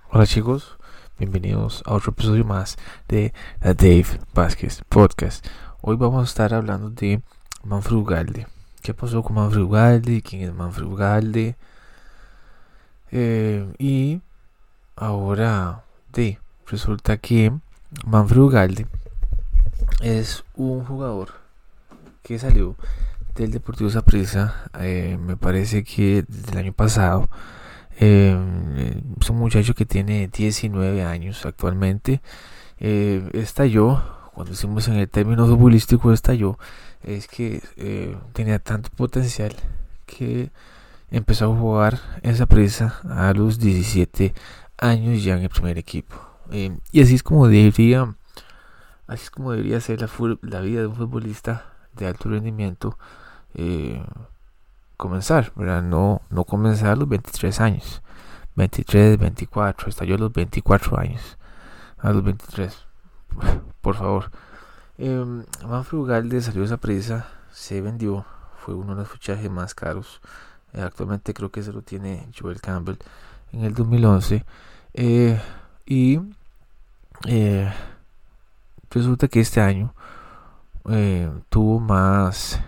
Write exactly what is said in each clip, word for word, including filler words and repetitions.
Hola chicos, bienvenidos a otro episodio más de The Dave Vázquez Podcast. Hoy vamos a estar hablando de Manfred Ugalde. ¿Qué pasó con Manfred Ugalde? ¿Quién es Manfred Ugalde? Eh, y ahora de, resulta que Manfred Ugalde es un jugador que salió del Deportivo Saprissa, eh, me parece que desde el año pasado. Eh, es un muchacho que tiene diecinueve años actualmente. Eh, estalló, cuando decimos en el término futbolístico estalló, es que eh, tenía tanto potencial que empezó a jugar en Saprissa a los diecisiete años ya en el primer equipo. Eh, y así es como debería, así es como debería ser la, la vida de un futbolista de alto rendimiento. Eh, comenzar, ¿verdad? No, no comenzar a los veintitrés años, veintitrés, veinticuatro, hasta yo a los veinticuatro años, a los veintitrés, por favor. Eh, Manfred Ugalde salió de esa prisa, se vendió, fue uno de los fichajes más caros. Eh, actualmente creo que se lo tiene Joel Campbell en el dos mil once. Eh, y eh, resulta que este año eh, tuvo más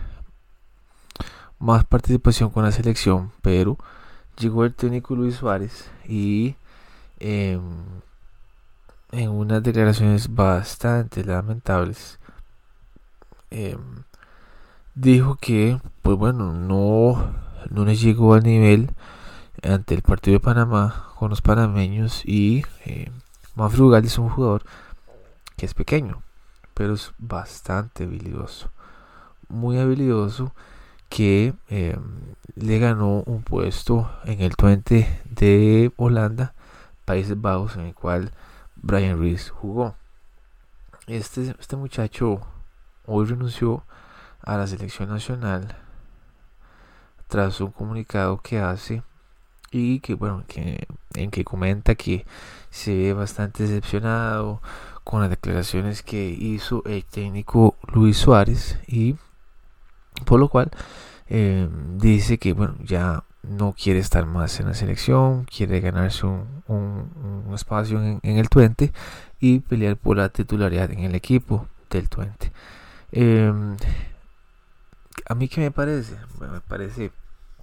más participación con la selección, pero llegó el técnico Luis Suárez y eh, en unas declaraciones bastante lamentables eh, dijo que pues bueno, no, no les llegó al nivel ante el partido de Panamá con los panameños. Y eh, Manfred Ugalde es un jugador que es pequeño, pero es bastante habilidoso, muy habilidoso, que eh, le ganó un puesto en el Twente de Holanda, Países Bajos, en el cual Brian Ruiz jugó. Este, este muchacho hoy renunció a la selección nacional tras un comunicado que hace y que bueno, que, en que comenta que se ve bastante decepcionado con las declaraciones que hizo el técnico Luis Suárez, y por lo cual eh, dice que bueno, ya no quiere estar más en la selección, quiere ganarse un, un, un espacio en, en el Twente y pelear por la titularidad en el equipo del Twente. Eh, a mí, ¿qué me parece? Bueno, me parece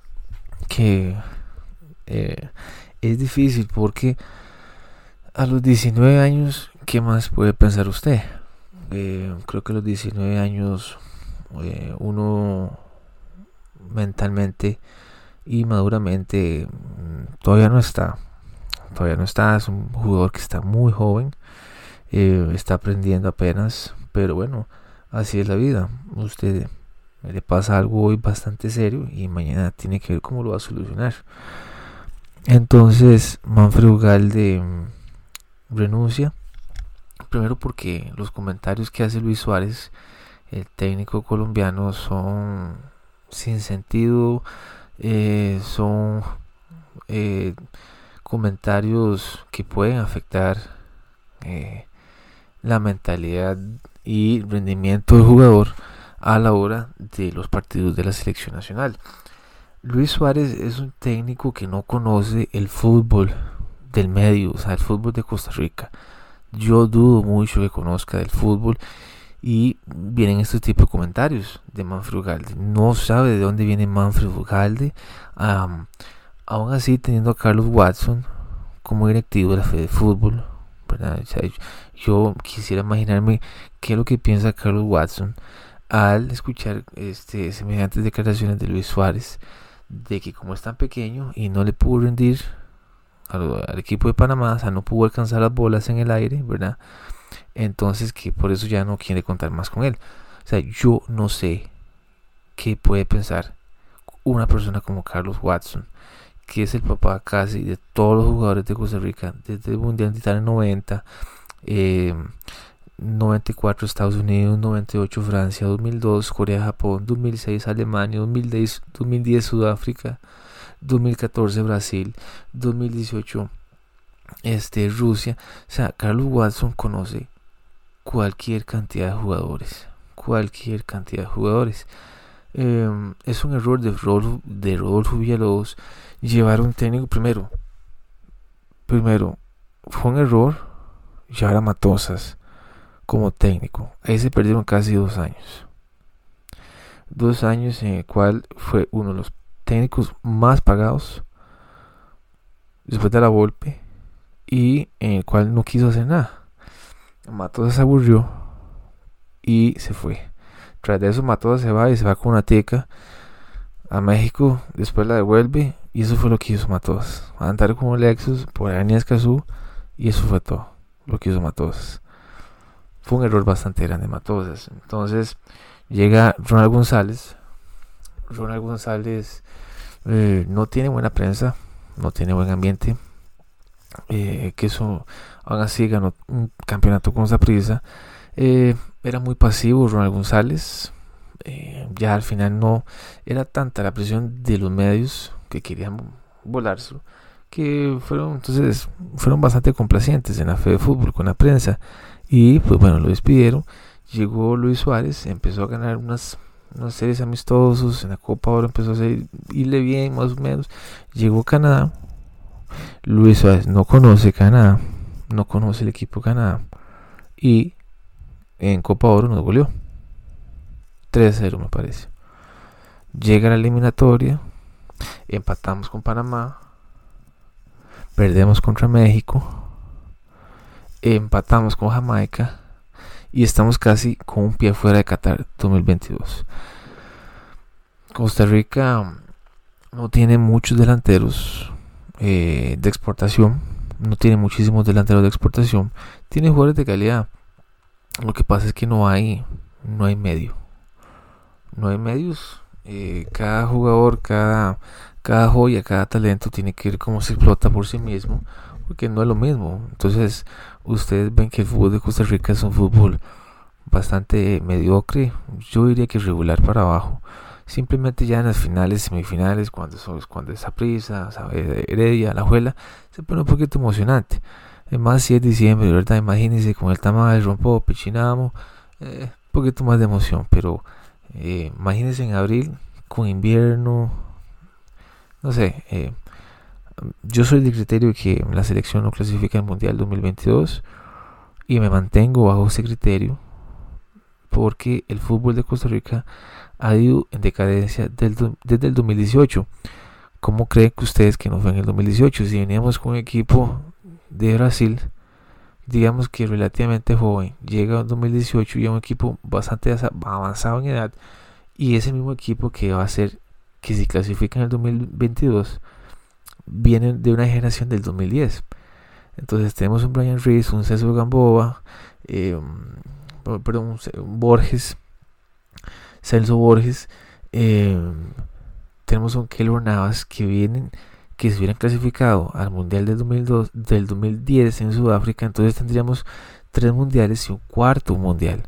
que eh, es difícil, porque a los diecinueve años, ¿qué más puede pensar usted? Eh, creo que a los diecinueve años eh, uno mentalmente y maduramente todavía no está todavía no está es un jugador que está muy joven, eh, está aprendiendo apenas, pero bueno, así es la vida. Usted le pasa algo hoy bastante serio y mañana tiene que ver cómo lo va a solucionar. Entonces Manfred Ugalde mm, renuncia, primero porque los comentarios que hace Luis Suárez, el técnico colombiano, son sin sentido, eh, son eh, comentarios que pueden afectar eh, la mentalidad y rendimiento del jugador a la hora de los partidos de la selección nacional. Luis Suárez es un técnico que no conoce el fútbol del medio, o sea, el fútbol de Costa Rica. Yo dudo mucho que conozca del fútbol, y vienen estos tipos de comentarios de Manfred Ugalde. No sabe de dónde viene Manfred Ugalde. Um, aún así, teniendo a Carlos Watson como directivo de la Fede Fútbol, ¿verdad? O sea, yo, yo quisiera imaginarme qué es lo que piensa Carlos Watson al escuchar este, semejantes declaraciones de Luis Suárez, de que como es tan pequeño y no le pudo rendir al, al equipo de Panamá, o sea, no pudo alcanzar las bolas en el aire, ¿verdad? Entonces que por eso ya no quiere contar más con él. O sea, yo no sé qué puede pensar una persona como Carlos Watson, que es el papá casi de todos los jugadores de Costa Rica, desde el Mundial de Italia noventa, eh, noventa y cuatro Estados Unidos, noventa y ocho Francia, dos mil dos Corea, Japón, dos mil seis Alemania, dos mil diez, dos mil diez Sudáfrica, dos mil catorce Brasil, dos mil dieciocho este, Rusia. O sea, Carlos Watson conoce cualquier cantidad de jugadores, cualquier cantidad de jugadores. Eh, es un error de Rodolfo, de Rodolfo Villalobos llevar un técnico primero, primero fue un error llevar a Matosas como técnico. Ahí se perdieron casi dos años. Dos años en el cual fue uno de los técnicos más pagados después de la Volpe y en el cual no quiso hacer nada. Matosas se aburrió y se fue. Tras de eso Matosas se va y se va con una teca a México, después la devuelve y eso fue lo que hizo Matosas. Andar con un Lexus por Avenida Escazú y eso fue todo lo que hizo Matosas. Fue un error bastante grande Matosas. Entonces llega Ronald González. Ronald González eh, no tiene buena prensa, no tiene buen ambiente. Eh, que eso aún así ganó un campeonato con Saprissa. Eh, era muy pasivo Ronald González. Eh, ya al final no era tanta la presión de los medios que querían volárselo, que fueron entonces fueron bastante complacientes en la fe de fútbol con la prensa y pues bueno, lo despidieron. Llegó Luis Suárez, empezó a ganar unas, unas series amistosos en la Copa Oro, empezó a hacer, irle bien más o menos. Llegó Canadá. Luis Suárez no conoce Canadá, no conoce el equipo Canadá y en Copa Oro nos goleó tres a cero me parece. Llega la eliminatoria, empatamos con Panamá, perdemos contra México, empatamos con Jamaica y estamos casi con un pie fuera de Qatar dos mil veintidós. Costa Rica no tiene muchos delanteros eh, de exportación, no tiene muchísimos delanteros de exportación, tiene jugadores de calidad. Lo que pasa es que no hay, no hay medio, no hay medios. Eh, cada jugador, cada, cada joya, cada talento tiene que ver cómo se explota por sí mismo, porque no es lo mismo. Entonces ustedes ven que el fútbol de Costa Rica es un fútbol bastante mediocre, yo diría que regular para abajo. Simplemente ya en las finales, semifinales, cuando son, cuando es Saprissa, Heredia, Alajuela, se pone un poquito emocionante. Además, si es diciembre, ¿verdad? Imagínense con el tamal, rompo, pichinamo, eh, un poquito más de emoción. Pero eh, imagínense en abril, con invierno, no sé. Eh, yo soy del criterio de que la selección no clasifica al Mundial dos mil veintidós y me mantengo bajo ese criterio porque el fútbol de Costa Rica ha ido en decadencia del, desde el dos mil dieciocho. ¿Cómo creen que ustedes que no fue en el dos mil dieciocho? Si veníamos con un equipo de Brasil, digamos que relativamente joven, llega en dos mil dieciocho y a un equipo bastante avanzado en edad, y ese mismo equipo que va a ser que si clasifica en el dos mil veintidós viene de una generación del dos mil diez. Entonces tenemos un Brian Reese, un César Gamboa, eh, perdón, un Borges, Celso Borges, eh, tenemos un Keylor Navas que vienen, que se hubieran clasificado al Mundial del, dos mil dos, del dos mil diez en Sudáfrica. Entonces tendríamos tres mundiales y un cuarto mundial.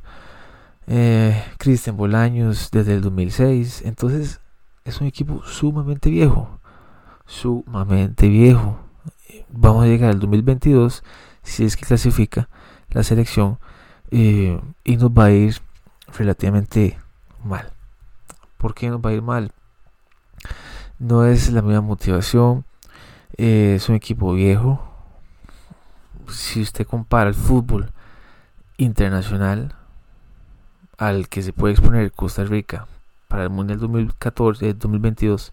eh, Cristian Bolaños desde el dos mil seis. Entonces es un equipo sumamente viejo, sumamente viejo. Vamos a llegar al dos mil veintidós si es que clasifica la selección, eh, y nos va a ir relativamente mal. ¿Por qué nos va a ir mal? No es la misma motivación, eh, es un equipo viejo. Si usted compara el fútbol internacional al que se puede exponer Costa Rica para el Mundial dos mil catorce, eh, dos mil veintidós,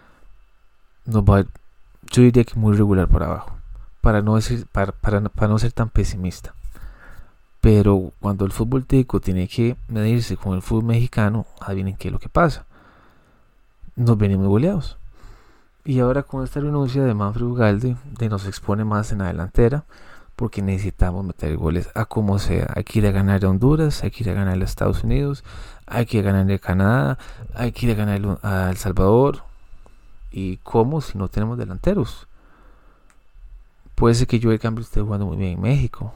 nos va a ir, yo diría que muy regular para abajo, para no decir, para, para, para no ser tan pesimista. Pero cuando el fútbol tico tiene que medirse con el fútbol mexicano, adivinen qué es lo que pasa. Nos venimos goleados. Y ahora con esta renuncia de Manfred Ugalde, de nos expone más en la delantera, porque necesitamos meter goles a como sea. Hay que ir a ganar a Honduras, hay que ir a ganar a Estados Unidos, hay que ir a ganar a Canadá, hay que ir a ganar a El Salvador. ¿Y cómo si no tenemos delanteros? Puede ser que Joel Campbell esté jugando muy bien en México,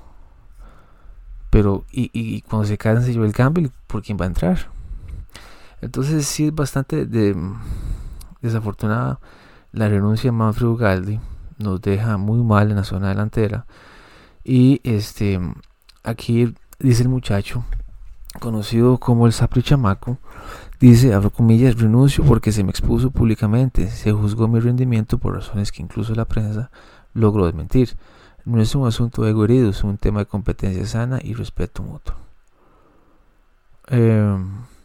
pero y, y, y cuando se canse Joel Campbell, ¿por quién va a entrar? Entonces sí es bastante de, desafortunada la renuncia de Manfred Ugalde. Nos deja muy mal en la zona delantera. Y este aquí dice el muchacho conocido como el Sapri Chamaco, dice, abro comillas, renuncio porque se me expuso públicamente, se juzgó mi rendimiento por razones que incluso la prensa logró desmentir. No es un asunto de ego herido, es un tema de competencia sana y respeto mutuo. Eh,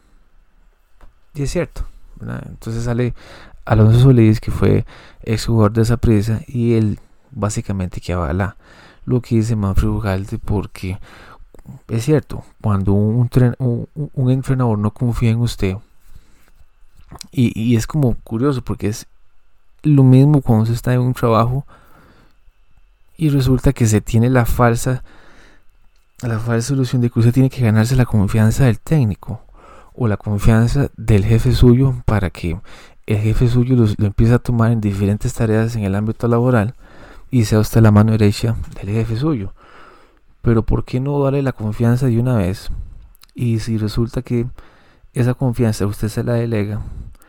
y es cierto, ¿verdad? Entonces sale Alonso Solís, que fue ex jugador de Saprissa, y él básicamente que avala lo que dice Manfred Ugalde, porque es cierto, cuando un, tren, un, un entrenador no confía en usted, y, y es como curioso porque es lo mismo cuando se está en un trabajo y resulta que se tiene la falsa la falsa ilusión de que usted tiene que ganarse la confianza del técnico o la confianza del jefe suyo para que el jefe suyo lo, lo empiece a tomar en diferentes tareas en el ámbito laboral y sea usted la mano derecha del jefe suyo. Pero ¿por qué no darle la confianza de una vez? Y si resulta que esa confianza usted se la delega,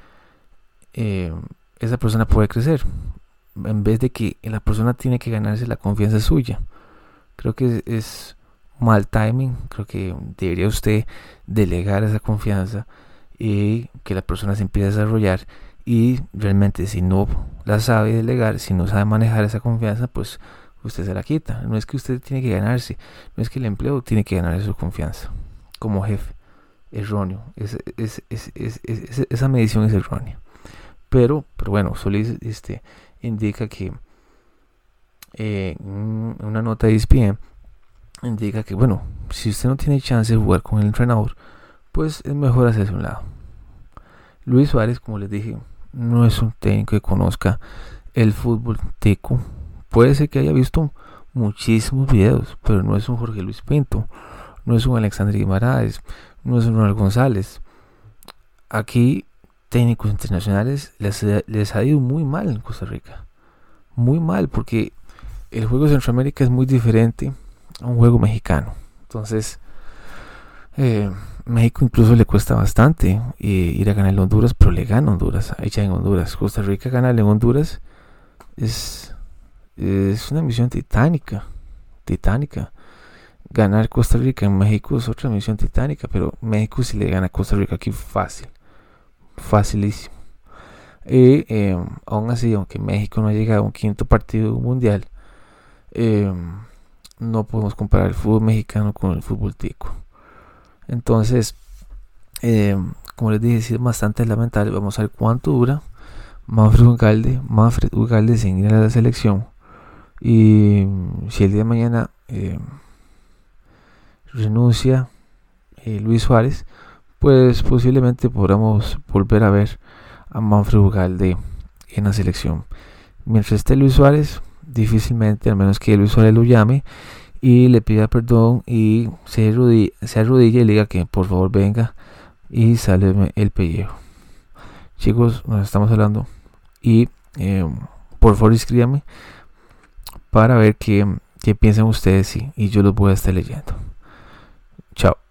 eh, esa persona puede crecer, en vez de que la persona tiene que ganarse la confianza suya. Creo que es mal timing. Creo que debería usted delegar esa confianza y que la persona se empiece a desarrollar, y realmente si no la sabe delegar, si no sabe manejar esa confianza, pues usted se la quita. No es que usted tiene que ganarse, no es que el empleo tiene que ganarse su confianza como jefe. Erróneo, es, es, es, es, es, esa medición es errónea. Pero, pero bueno, Solís este, indica que eh, una nota de E S P N indica que, bueno, si usted no tiene chance de jugar con el entrenador, pues es mejor hacerse un lado. Luis Suárez, como les dije, no es un técnico que conozca el fútbol tico. Puede ser que haya visto muchísimos videos, pero no es un Jorge Luis Pinto, no es un Alexander Guimaraes, no es un Ronald González. Aquí técnicos internacionales les, les ha ido muy mal en Costa Rica, muy mal, porque el juego de Centroamérica es muy diferente a un juego mexicano. Entonces eh, México incluso le cuesta bastante eh, ir a ganar en Honduras, pero le gana Honduras, allá en Honduras. Costa Rica ganar en Honduras es, es una misión titánica, titánica. Ganar Costa Rica en México es otra misión titánica, pero México si le gana a Costa Rica aquí fácil, facilísimo. Y eh, aún así, aunque México no ha llegado a un quinto partido mundial, eh, no podemos comparar el fútbol mexicano con el fútbol tico. Entonces, eh, como les dije, sí es bastante lamentable. Vamos a ver cuánto dura Manfred Ugalde, Manfred Ugalde sin ir a la selección. Y si el día de mañana eh, renuncia eh, Luis Suárez, pues posiblemente podamos volver a ver a Manfred Ugalde en la selección. Mientras esté Luis Suárez, difícilmente, al menos que Luis Suárez lo llame y le pida perdón y se arrodille, se arrodille y le diga que por favor venga y sálveme el pellejo. Chicos, nos estamos hablando y eh, por favor escríbanme para ver qué, qué piensan ustedes, y, y yo los voy a estar leyendo. Chao.